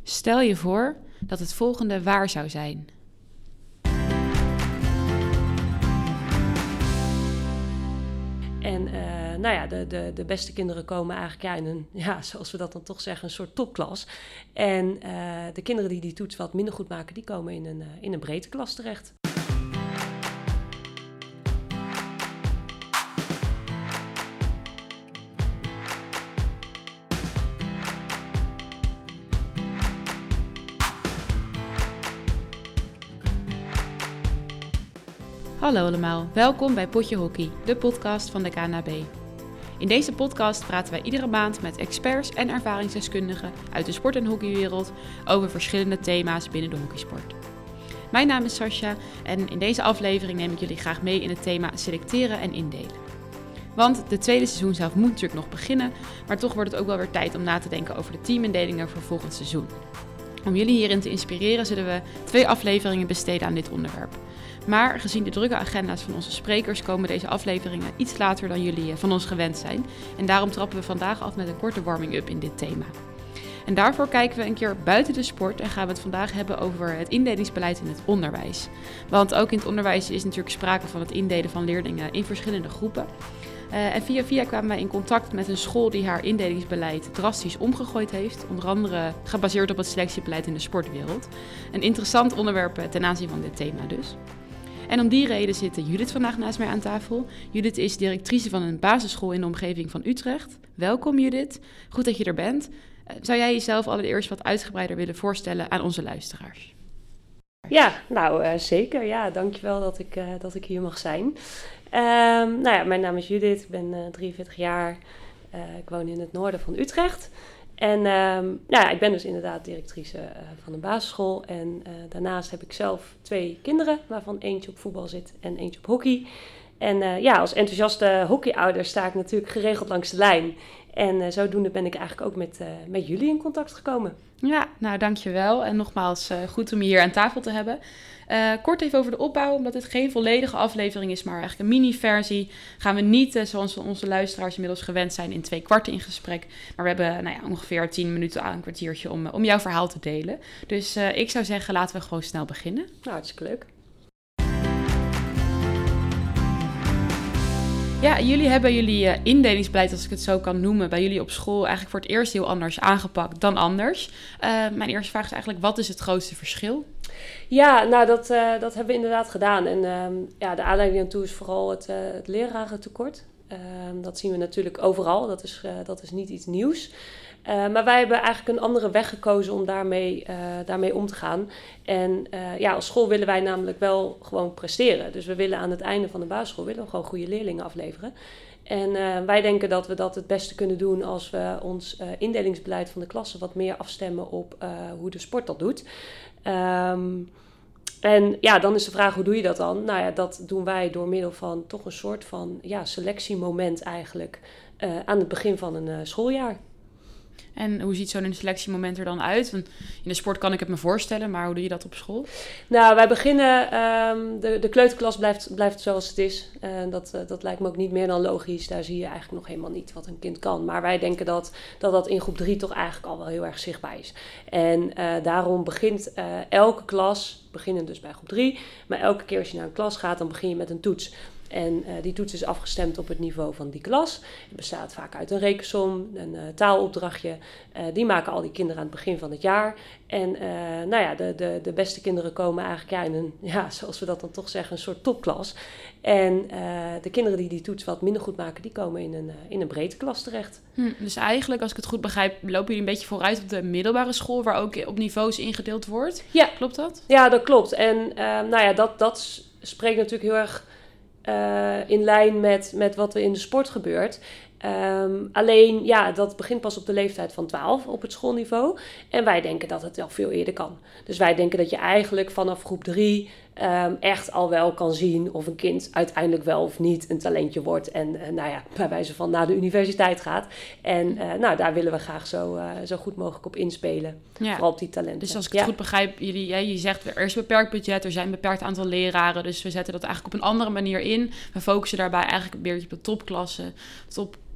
Stel je voor dat het volgende waar zou zijn. En de beste kinderen komen eigenlijk in een, zoals we dat dan toch zeggen, een soort topklas. En de kinderen die toets wat minder goed maken, die komen in een breedte klas terecht. Hallo allemaal, welkom bij Potje Hockey, de podcast van de KNHB. In deze podcast praten wij iedere maand met experts en ervaringsdeskundigen uit de sport- en hockeywereld over verschillende thema's binnen de hockeysport. Mijn naam is Sascha en in deze aflevering neem ik jullie graag mee in het thema selecteren en indelen. Want de tweede seizoen zelf moet natuurlijk nog beginnen, maar toch wordt het ook wel weer tijd om na te denken over de teamindelingen voor volgend seizoen. Om jullie hierin te inspireren zullen we 2 afleveringen besteden aan dit onderwerp. Maar gezien de drukke agenda's van onze sprekers komen deze afleveringen iets later dan jullie van ons gewend zijn. En daarom trappen we vandaag af met een korte warming-up in dit thema. En daarvoor kijken we een keer buiten de sport en gaan we het vandaag hebben over het indelingsbeleid in het onderwijs. Want ook in het onderwijs is natuurlijk sprake van het indelen van leerlingen in verschillende groepen. En via kwamen wij in contact met een school die haar indelingsbeleid drastisch omgegooid heeft. Onder andere gebaseerd op het selectiebeleid in de sportwereld. Een interessant onderwerp ten aanzien van dit thema dus. En om die reden zit Judith vandaag naast mij aan tafel. Judith is directrice van een basisschool in de omgeving van Utrecht. Welkom Judith, goed dat je er bent. Zou jij jezelf allereerst wat uitgebreider willen voorstellen aan onze luisteraars? Ja, zeker. Ja, dankjewel dat ik hier mag zijn. Mijn naam is Judith, ik ben 43 jaar. Ik woon in het noorden van Utrecht. En ik ben dus inderdaad directrice van een basisschool. En daarnaast heb ik zelf 2 kinderen, waarvan eentje op voetbal zit en eentje op hockey. En als enthousiaste hockeyouder sta ik natuurlijk geregeld langs de lijn. En zodoende ben ik eigenlijk ook met jullie in contact gekomen. Ja, nou dankjewel. En nogmaals goed om je hier aan tafel te hebben. Kort even over de opbouw, omdat dit geen volledige aflevering is, maar eigenlijk een mini-versie. Gaan we niet, zoals onze luisteraars inmiddels gewend zijn, in 2 kwarten in gesprek. Maar we hebben ongeveer 10 minuten aan een kwartiertje om jouw verhaal te delen. Dus ik zou zeggen, laten we gewoon snel beginnen. Nou, hartstikke leuk. Ja, jullie hebben jullie indelingsbeleid, als ik het zo kan noemen, bij jullie op school eigenlijk voor het eerst heel anders aangepakt dan anders. Mijn eerste vraag is eigenlijk, wat is het grootste verschil? Ja, nou dat hebben we inderdaad gedaan. En de aanleiding daartoe is vooral het lerarentekort. Dat zien we natuurlijk overal, dat is niet iets nieuws. Maar wij hebben eigenlijk een andere weg gekozen om daarmee om te gaan. En als school willen wij namelijk wel gewoon presteren. Dus we willen aan het einde van de basisschool gewoon goede leerlingen afleveren. En wij denken dat we dat het beste kunnen doen als we ons indelingsbeleid van de klassen wat meer afstemmen op hoe de sport dat doet. Dan is de vraag, hoe doe je dat dan? Nou ja, dat doen wij door middel van toch een soort van selectiemoment eigenlijk aan het begin van een schooljaar. En hoe ziet zo'n selectiemoment er dan uit? Want in de sport kan ik het me voorstellen, maar hoe doe je dat op school? Nou, wij beginnen, de kleuterklas blijft zoals het is. Dat lijkt me ook niet meer dan logisch. Daar zie je eigenlijk nog helemaal niet wat een kind kan. Maar wij denken dat in groep 3 toch eigenlijk al wel heel erg zichtbaar is. En daarom begint elke klas, beginnen dus bij groep 3... maar elke keer als je naar een klas gaat, dan begin je met een toets. En die toets is afgestemd op het niveau van die klas. Het bestaat vaak uit een rekensom, een taalopdrachtje. Die maken al die kinderen aan het begin van het jaar. En de beste kinderen komen eigenlijk in een, zoals we dat dan toch zeggen, een soort topklas. En de kinderen die toets wat minder goed maken, die komen in een breedte klas terecht. Dus eigenlijk, als ik het goed begrijp, lopen jullie een beetje vooruit op de middelbare school, waar ook op niveaus ingedeeld wordt? Ja. Klopt dat? Ja, dat klopt. En dat spreekt natuurlijk heel erg in lijn met wat er in de sport gebeurt. Alleen, dat begint pas op de leeftijd van 12 op het schoolniveau. En wij denken dat het al veel eerder kan. Dus wij denken dat je eigenlijk vanaf groep 3 echt al wel kan zien of een kind uiteindelijk wel of niet een talentje wordt. En bij wijze van naar de universiteit gaat. En daar willen we graag zo goed mogelijk op inspelen. Ja. Vooral op die talenten. Dus als ik het goed begrijp, je zegt er is een beperkt budget, er zijn een beperkt aantal leraren. Dus we zetten dat eigenlijk op een andere manier in. We focussen daarbij eigenlijk een beetje op de topklassen,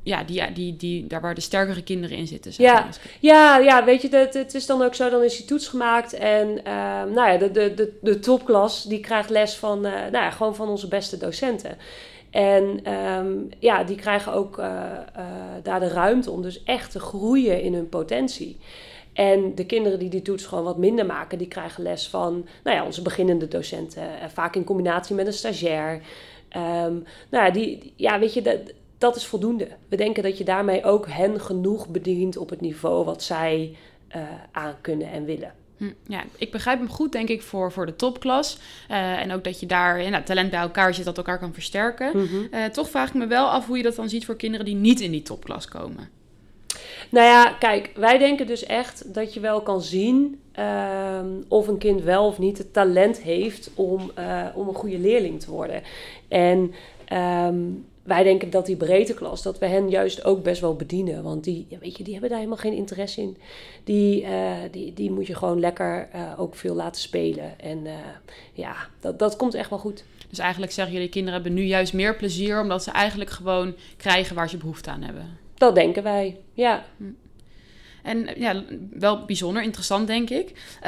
daar waar de sterkere kinderen in zitten. Ja, weet je, het is dan ook zo, dan is die toets gemaakt. En de topklas, die krijgt les van, gewoon van onze beste docenten. En die krijgen ook daar de ruimte om dus echt te groeien in hun potentie. En de kinderen die toets gewoon wat minder maken, die krijgen les van onze beginnende docenten. Vaak in combinatie met een stagiair. Weet je, dat is voldoende. We denken dat je daarmee ook hen genoeg bedient op het niveau wat zij aan kunnen en willen. Ja, ik begrijp hem goed, denk ik, voor de topklas. En ook dat je daar talent bij elkaar zit, dat elkaar kan versterken. Mm-hmm. Toch vraag ik me wel af hoe je dat dan ziet voor kinderen die niet in die topklas komen. Nou ja, kijk, wij denken dus echt dat je wel kan zien of een kind wel of niet het talent heeft om een goede leerling te worden. En wij denken dat die breedte klas, dat we hen juist ook best wel bedienen. Want die hebben daar helemaal geen interesse in. Die moet je gewoon lekker ook veel laten spelen. En dat komt echt wel goed. Dus eigenlijk zeggen jullie, kinderen hebben nu juist meer plezier, omdat ze eigenlijk gewoon krijgen waar ze behoefte aan hebben. Dat denken wij, ja. En wel bijzonder interessant, denk ik.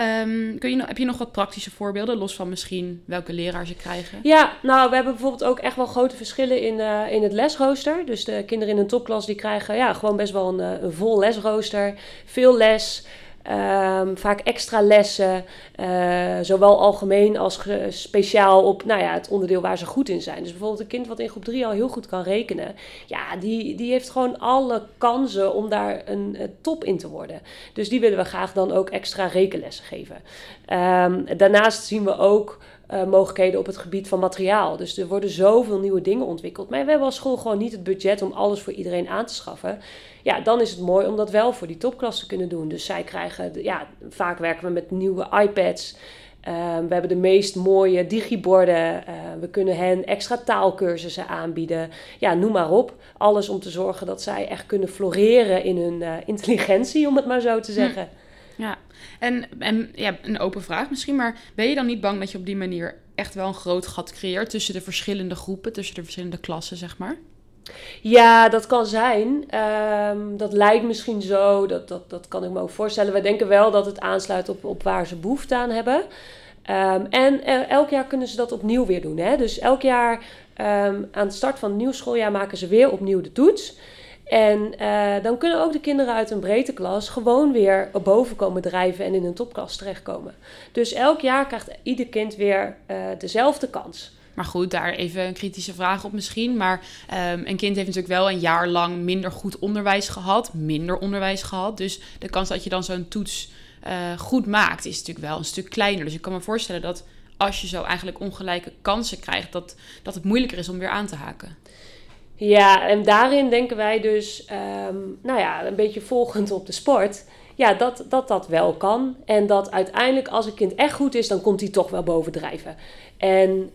Heb je nog wat praktische voorbeelden, los van misschien welke leraar ze krijgen? Ja, we hebben bijvoorbeeld ook echt wel grote verschillen in het lesrooster. Dus de kinderen in een topklas, die krijgen gewoon best wel een vol lesrooster. Veel les. Vaak extra lessen, zowel algemeen als speciaal op het onderdeel waar ze goed in zijn. Dus bijvoorbeeld een kind wat in groep 3 al heel goed kan rekenen, die heeft gewoon alle kansen om daar een top in te worden. Dus die willen we graag dan ook extra rekenlessen geven. Daarnaast zien we ook mogelijkheden op het gebied van materiaal. Dus er worden zoveel nieuwe dingen ontwikkeld. Maar we hebben als school gewoon niet het budget om alles voor iedereen aan te schaffen. Ja, dan is het mooi om dat wel voor die topklas te kunnen doen. Dus zij krijgen, vaak werken we met nieuwe iPads. We hebben de meest mooie digiborden. We kunnen hen extra taalkursussen aanbieden. Ja, noem maar op. Alles om te zorgen dat zij echt kunnen floreren in hun intelligentie, om het maar zo te zeggen. Ja, en een open vraag misschien, maar ben je dan niet bang dat je op die manier echt wel een groot gat creëert tussen de verschillende groepen, tussen de verschillende klassen, zeg maar? Ja, dat kan zijn. Dat lijkt misschien zo, dat kan ik me ook voorstellen. Wij denken wel dat het aansluit op waar ze behoefte aan hebben. En elk jaar kunnen ze dat opnieuw weer doen. Hè? Dus elk jaar aan het start van het nieuw schooljaar maken ze weer opnieuw de toets. En dan kunnen ook de kinderen uit een breedte klas gewoon weer boven komen drijven en in een topklas terechtkomen. Dus elk jaar krijgt ieder kind weer dezelfde kans. Maar goed, daar even een kritische vraag op misschien. Maar een kind heeft natuurlijk wel een jaar lang minder goed onderwijs gehad. Dus de kans dat je dan zo'n toets goed maakt is natuurlijk wel een stuk kleiner. Dus ik kan me voorstellen dat als je zo eigenlijk ongelijke kansen krijgt, dat het moeilijker is om weer aan te haken. Ja, en daarin denken wij dus, een beetje volgend op de sport, dat wel kan. En dat uiteindelijk als een kind echt goed is, dan komt hij toch wel bovendrijven. En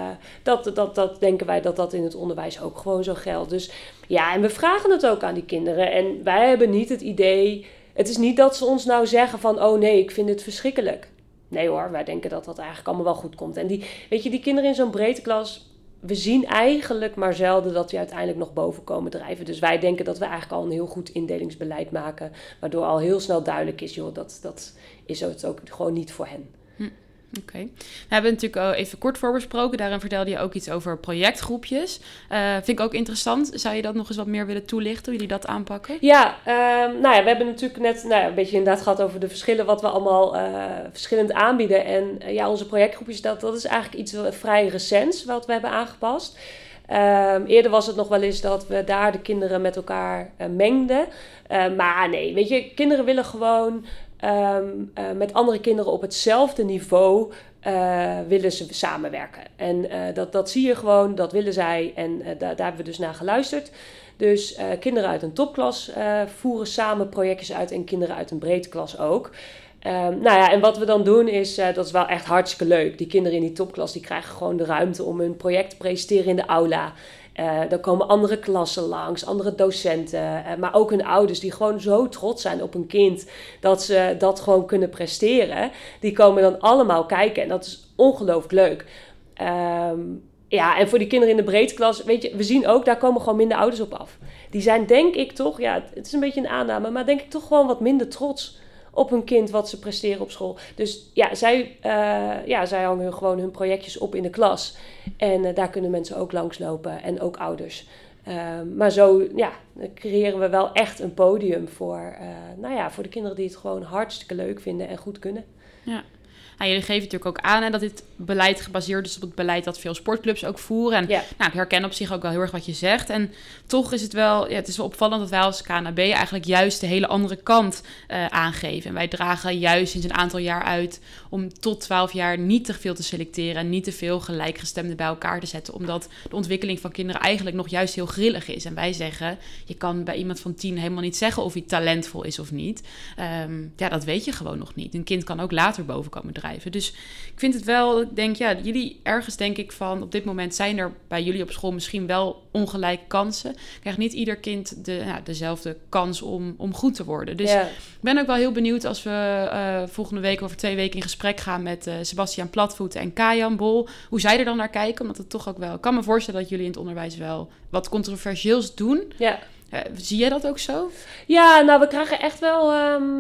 dat denken wij dat in het onderwijs ook gewoon zo geldt. Dus en we vragen het ook aan die kinderen. En wij hebben niet het idee, het is niet dat ze ons nou zeggen van, oh nee, ik vind het verschrikkelijk. Nee hoor, wij denken dat eigenlijk allemaal wel goed komt. En die kinderen in zo'n breedte klas, we zien eigenlijk maar zelden dat die uiteindelijk nog boven komen drijven. Dus wij denken dat we eigenlijk al een heel goed indelingsbeleid maken, waardoor al heel snel duidelijk is, dat is het ook gewoon niet voor hen. Oké. We hebben natuurlijk al even kort voorbesproken. Daarin vertelde je ook iets over projectgroepjes. Vind ik ook interessant. Zou je dat nog eens wat meer willen toelichten, hoe jullie dat aanpakken? Ja, we hebben natuurlijk net een beetje inderdaad gehad over de verschillen wat we allemaal verschillend aanbieden. En onze projectgroepjes, dat is eigenlijk iets vrij recents wat we hebben aangepast. Eerder was het nog wel eens dat we daar de kinderen met elkaar mengden. Maar nee, weet je, kinderen willen gewoon met andere kinderen op hetzelfde niveau willen ze samenwerken. En dat zie je gewoon, dat willen zij. En daar hebben we dus naar geluisterd. Dus kinderen uit een topklas voeren samen projectjes uit en kinderen uit een breedte klas ook. En wat we dan doen is, dat is wel echt hartstikke leuk. Die kinderen in die topklas, die krijgen gewoon de ruimte om hun project te presenteren in de aula. Dan komen andere klassen langs, andere docenten, maar ook hun ouders die gewoon zo trots zijn op een kind dat ze dat gewoon kunnen presteren. Die komen dan allemaal kijken en dat is ongelooflijk leuk. Ja, en voor die kinderen in de breedklas, weet je, we zien ook, daar komen gewoon minder ouders op af. Die zijn, denk ik toch, ja, het is een beetje een aanname, maar denk ik toch gewoon wat minder trots op hun kind wat ze presteren op school. Dus ja, zij hangen gewoon hun projectjes op in de klas. En daar kunnen mensen ook langslopen en ook ouders. Maar zo creëren we wel echt een podium voor de kinderen die het gewoon hartstikke leuk vinden en goed kunnen. Ja. Nou, jullie geven natuurlijk ook aan dat dit beleid gebaseerd is op het beleid dat veel sportclubs ook voeren. En ik herken op zich ook wel heel erg wat je zegt. En toch is het wel, het is wel opvallend dat wij als KNHB eigenlijk juist de hele andere kant aangeven. En wij dragen juist sinds een aantal jaar uit om tot 12 jaar niet te veel te selecteren en niet te veel gelijkgestemden bij elkaar te zetten. Omdat de ontwikkeling van kinderen eigenlijk nog juist heel grillig is. En wij zeggen, je kan bij iemand van 10 helemaal niet zeggen of hij talentvol is of niet. Dat weet je gewoon nog niet. Een kind kan ook later boven komen drijven. Dus ik vind het wel, ik denk, jullie ergens denk ik van, op dit moment zijn er bij jullie op school misschien wel ongelijke kansen. Krijgt niet ieder kind dezelfde kans om goed te worden. Dus ik ben ook wel heel benieuwd als we volgende week over 2 weken in gesprek gaan met Sebastiaan Platvoet en Kajan Bol. Hoe zij er dan naar kijken, omdat het toch ook wel, ik kan me voorstellen dat jullie in het onderwijs wel wat controversieels doen. Ja. Zie jij dat ook zo? Ja, nou, we krijgen echt wel,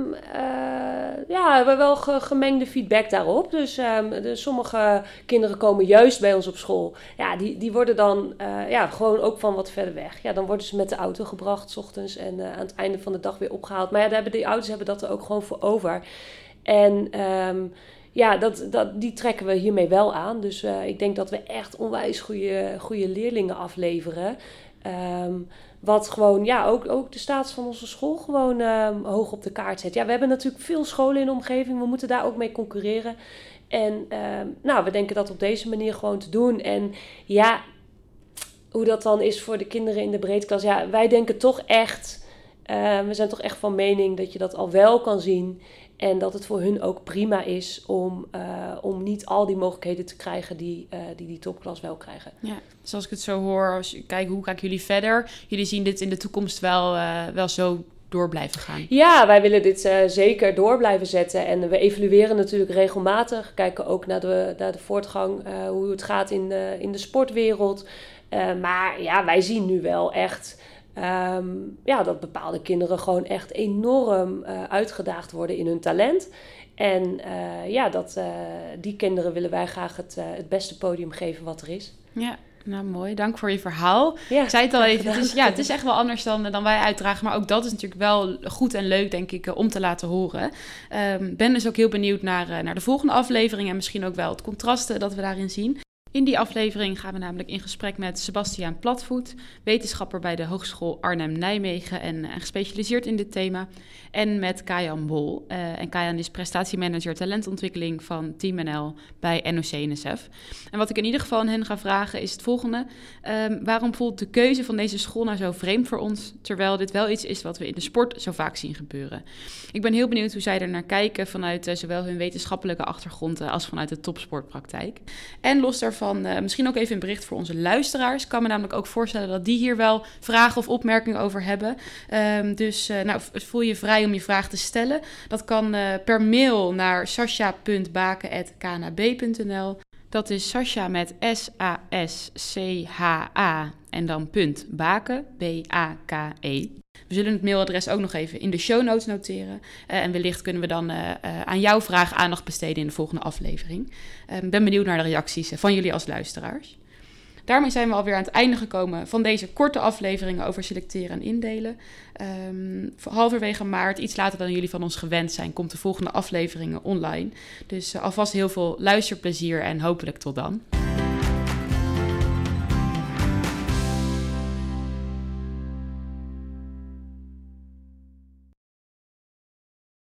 we hebben wel gemengde feedback daarop. Dus sommige kinderen komen juist bij ons op school. Ja, die worden dan gewoon ook van wat verder weg. Ja, dan worden ze met de auto gebracht 's ochtends en aan het einde van de dag weer opgehaald. Maar ja, die ouders hebben dat er ook gewoon voor over. En die trekken we hiermee wel aan. Dus ik denk dat we echt onwijs goede leerlingen afleveren. Wat gewoon, ook de status van onze school gewoon hoog op de kaart zet. Ja, we hebben natuurlijk veel scholen in de omgeving. We moeten daar ook mee concurreren. En we denken dat op deze manier gewoon te doen. En ja, hoe dat dan is voor de kinderen in de breedklas. Ja, wij denken toch echt, we zijn toch echt van mening dat je dat al wel kan zien. En dat het voor hun ook prima is om niet al die mogelijkheden te krijgen die topklas wel krijgen. Ja, dus als ik het zo hoor, hoe kijken jullie verder? Jullie zien dit in de toekomst wel zo door blijven gaan? Ja, wij willen dit zeker door blijven zetten. En we evalueren natuurlijk regelmatig. Kijken ook naar de voortgang, hoe het gaat in de sportwereld. Maar ja, wij zien nu wel echt dat bepaalde kinderen gewoon echt enorm uitgedaagd worden in hun talent. En die kinderen willen wij graag het beste podium geven wat er is. Ja, nou mooi. Dank voor je verhaal. Ja, ik zei het al even, het is echt wel anders dan wij uitdragen. Maar ook dat is natuurlijk wel goed en leuk, denk ik, om te laten horen. Ben dus ook heel benieuwd naar de volgende aflevering en misschien ook wel het contrasten dat we daarin zien. In die aflevering gaan we namelijk in gesprek met Sebastiaan Platvoet, wetenschapper bij de Hogeschool Arnhem-Nijmegen en gespecialiseerd in dit thema. En met Kajan Bol. En Kajan is prestatiemanager talentontwikkeling van Team NL bij NOC-NSF. En wat ik in ieder geval aan hen ga vragen is het volgende. Waarom voelt de keuze van deze school nou zo vreemd voor ons, terwijl dit wel iets is wat we in de sport zo vaak zien gebeuren? Ik ben heel benieuwd hoe zij er naar kijken vanuit zowel hun wetenschappelijke achtergrond als vanuit de topsportpraktijk. En los daarvan misschien ook even een bericht voor onze luisteraars. Ik kan me namelijk ook voorstellen dat die hier wel vragen of opmerkingen over hebben. Dus voel je vrij om je vraag te stellen. Dat kan per mail naar sascha.baken@knhb.nl. Dat is Sascha met SASCHA en dan .baken, B-A-K-E. We zullen het mailadres ook nog even in de show notes noteren. En wellicht kunnen we dan aan jouw vraag aandacht besteden in de volgende aflevering. Ik ben benieuwd naar de reacties van jullie als luisteraars. Daarmee zijn we alweer aan het einde gekomen van deze korte afleveringen over selecteren en indelen. Halverwege maart, iets later dan jullie van ons gewend zijn, komt de volgende afleveringen online. Dus alvast heel veel luisterplezier en hopelijk tot dan.